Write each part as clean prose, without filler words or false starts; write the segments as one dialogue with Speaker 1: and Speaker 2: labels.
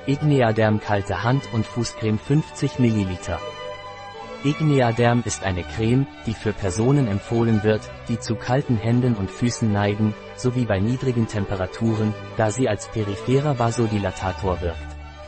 Speaker 1: Igneaderm kalte Hand- und Fußcreme 50 ml. Igneaderm ist eine Creme, die für Personen empfohlen wird, die zu kalten Händen und Füßen neigen, sowie bei niedrigen Temperaturen, da sie als peripherer Vasodilatator wirkt.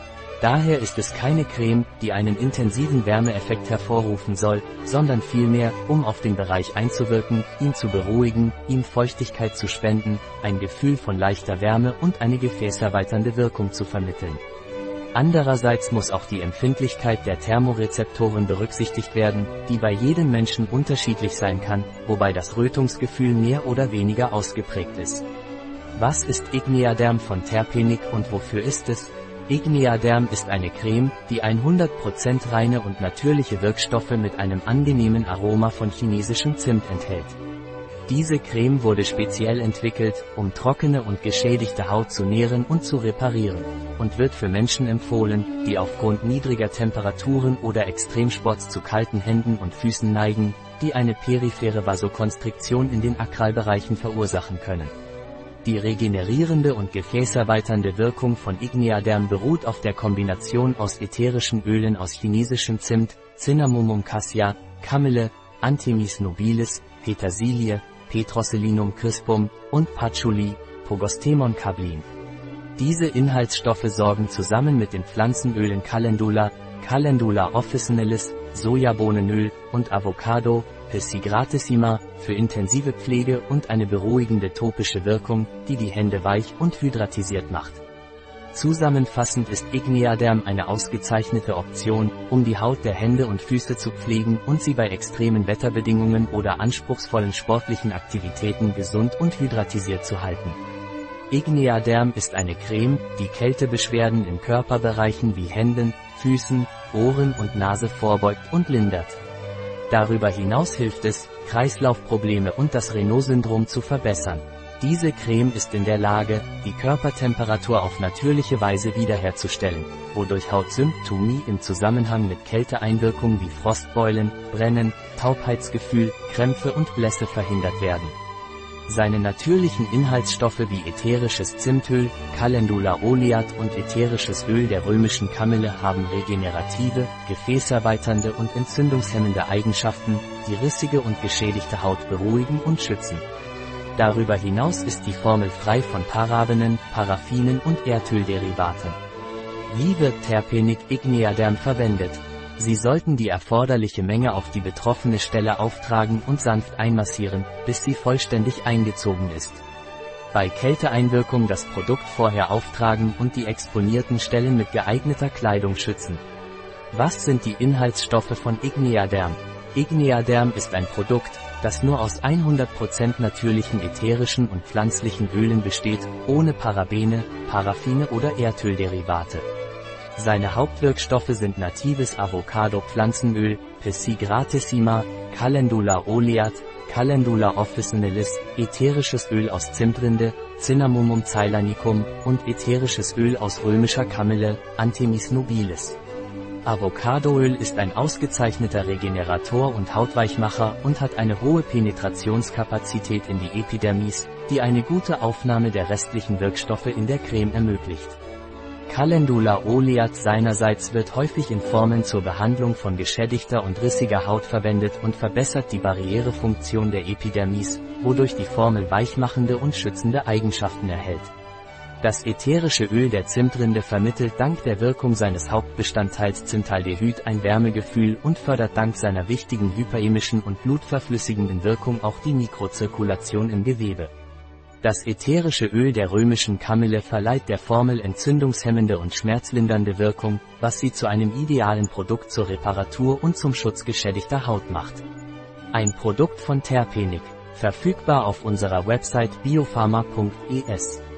Speaker 1: Daher ist es keine Creme, die einen intensiven Wärmeeffekt hervorrufen soll, sondern vielmehr, um auf den Bereich einzuwirken, ihn zu beruhigen, ihm Feuchtigkeit zu spenden, ein Gefühl von leichter Wärme und eine gefäßerweiternde Wirkung zu vermitteln. Andererseits muss auch die Empfindlichkeit der Thermorezeptoren berücksichtigt werden, die bei jedem Menschen unterschiedlich sein kann, wobei das Rötungsgefühl mehr oder weniger ausgeprägt ist. Was ist Igneaderm von Terpenik und wofür ist es? Igneaderm ist eine Creme, die 100% reine und natürliche Wirkstoffe mit einem angenehmen Aroma von chinesischem Zimt enthält. Diese Creme wurde speziell entwickelt, um trockene und geschädigte Haut zu nähren und zu reparieren, und wird für Menschen empfohlen, die aufgrund niedriger Temperaturen oder Extremsports zu kalten Händen und Füßen neigen, die eine periphere Vasokonstriktion in den Akralbereichen verursachen können. Die regenerierende und gefäßerweiternde Wirkung von Igneaderm beruht auf der Kombination aus ätherischen Ölen aus chinesischem Zimt, Cinnamomum cassia, Kamille, Anthemis nobilis, Petersilie, Petroselinum crispum und Patchouli, Pogostemon cablin. Diese Inhaltsstoffe sorgen zusammen mit den Pflanzenölen Calendula, Calendula officinalis, Sojabohnenöl und Avocado, Pessigratissima, für intensive Pflege und eine beruhigende topische Wirkung, die die Hände weich und hydratisiert macht. Zusammenfassend ist Igneaderm eine ausgezeichnete Option, um die Haut der Hände und Füße zu pflegen und sie bei extremen Wetterbedingungen oder anspruchsvollen sportlichen Aktivitäten gesund und hydratisiert zu halten. Igneaderm ist eine Creme, die Kältebeschwerden in Körperbereichen wie Händen, Füßen, Ohren und Nase vorbeugt und lindert. Darüber hinaus hilft es, Kreislaufprobleme und das Raynaud-Syndrom zu verbessern. Diese Creme ist in der Lage, die Körpertemperatur auf natürliche Weise wiederherzustellen, wodurch Hautsymptome im Zusammenhang mit Kälteeinwirkungen wie Frostbeulen, Brennen, Taubheitsgefühl, Krämpfe und Blässe verhindert werden. Seine natürlichen Inhaltsstoffe wie ätherisches Zimtöl, Calendula oleat und ätherisches Öl der römischen Kamille haben regenerative, gefäßerweiternde und entzündungshemmende Eigenschaften, die rissige und geschädigte Haut beruhigen und schützen. Darüber hinaus ist die Formel frei von Parabenen, Paraffinen und Erdölderivaten. Wie wird Terpenik Igneaderm verwendet? Sie sollten die erforderliche Menge auf die betroffene Stelle auftragen und sanft einmassieren, bis sie vollständig eingezogen ist. Bei Kälteeinwirkung das Produkt vorher auftragen und die exponierten Stellen mit geeigneter Kleidung schützen. Was sind die Inhaltsstoffe von Igneaderm? Igneaderm ist ein Produkt, das nur aus 100% natürlichen ätherischen und pflanzlichen Ölen besteht, ohne Parabene, Paraffine oder Erdölderivate. Seine Hauptwirkstoffe sind natives Avocado-Pflanzenöl, Pessigratissima, Calendula oleat, Calendula officinalis, ätherisches Öl aus Zimtrinde, Cinnamomum ceylanicum und ätherisches Öl aus römischer Kamille, Anthemis nobilis. Avocadoöl ist ein ausgezeichneter Regenerator und Hautweichmacher und hat eine hohe Penetrationskapazität in die Epidermis, die eine gute Aufnahme der restlichen Wirkstoffe in der Creme ermöglicht. Calendula oleat seinerseits wird häufig in Formen zur Behandlung von geschädigter und rissiger Haut verwendet und verbessert die Barrierefunktion der Epidermis, wodurch die Formel weichmachende und schützende Eigenschaften erhält. Das ätherische Öl der Zimtrinde vermittelt dank der Wirkung seines Hauptbestandteils Zimtaldehyd ein Wärmegefühl und fördert dank seiner wichtigen hyperämischen und blutverflüssigenden Wirkung auch die Mikrozirkulation im Gewebe. Das ätherische Öl der römischen Kamille verleiht der Formel entzündungshemmende und schmerzlindernde Wirkung, was sie zu einem idealen Produkt zur Reparatur und zum Schutz geschädigter Haut macht. Ein Produkt von Terpenik, verfügbar auf unserer Website biopharma.es.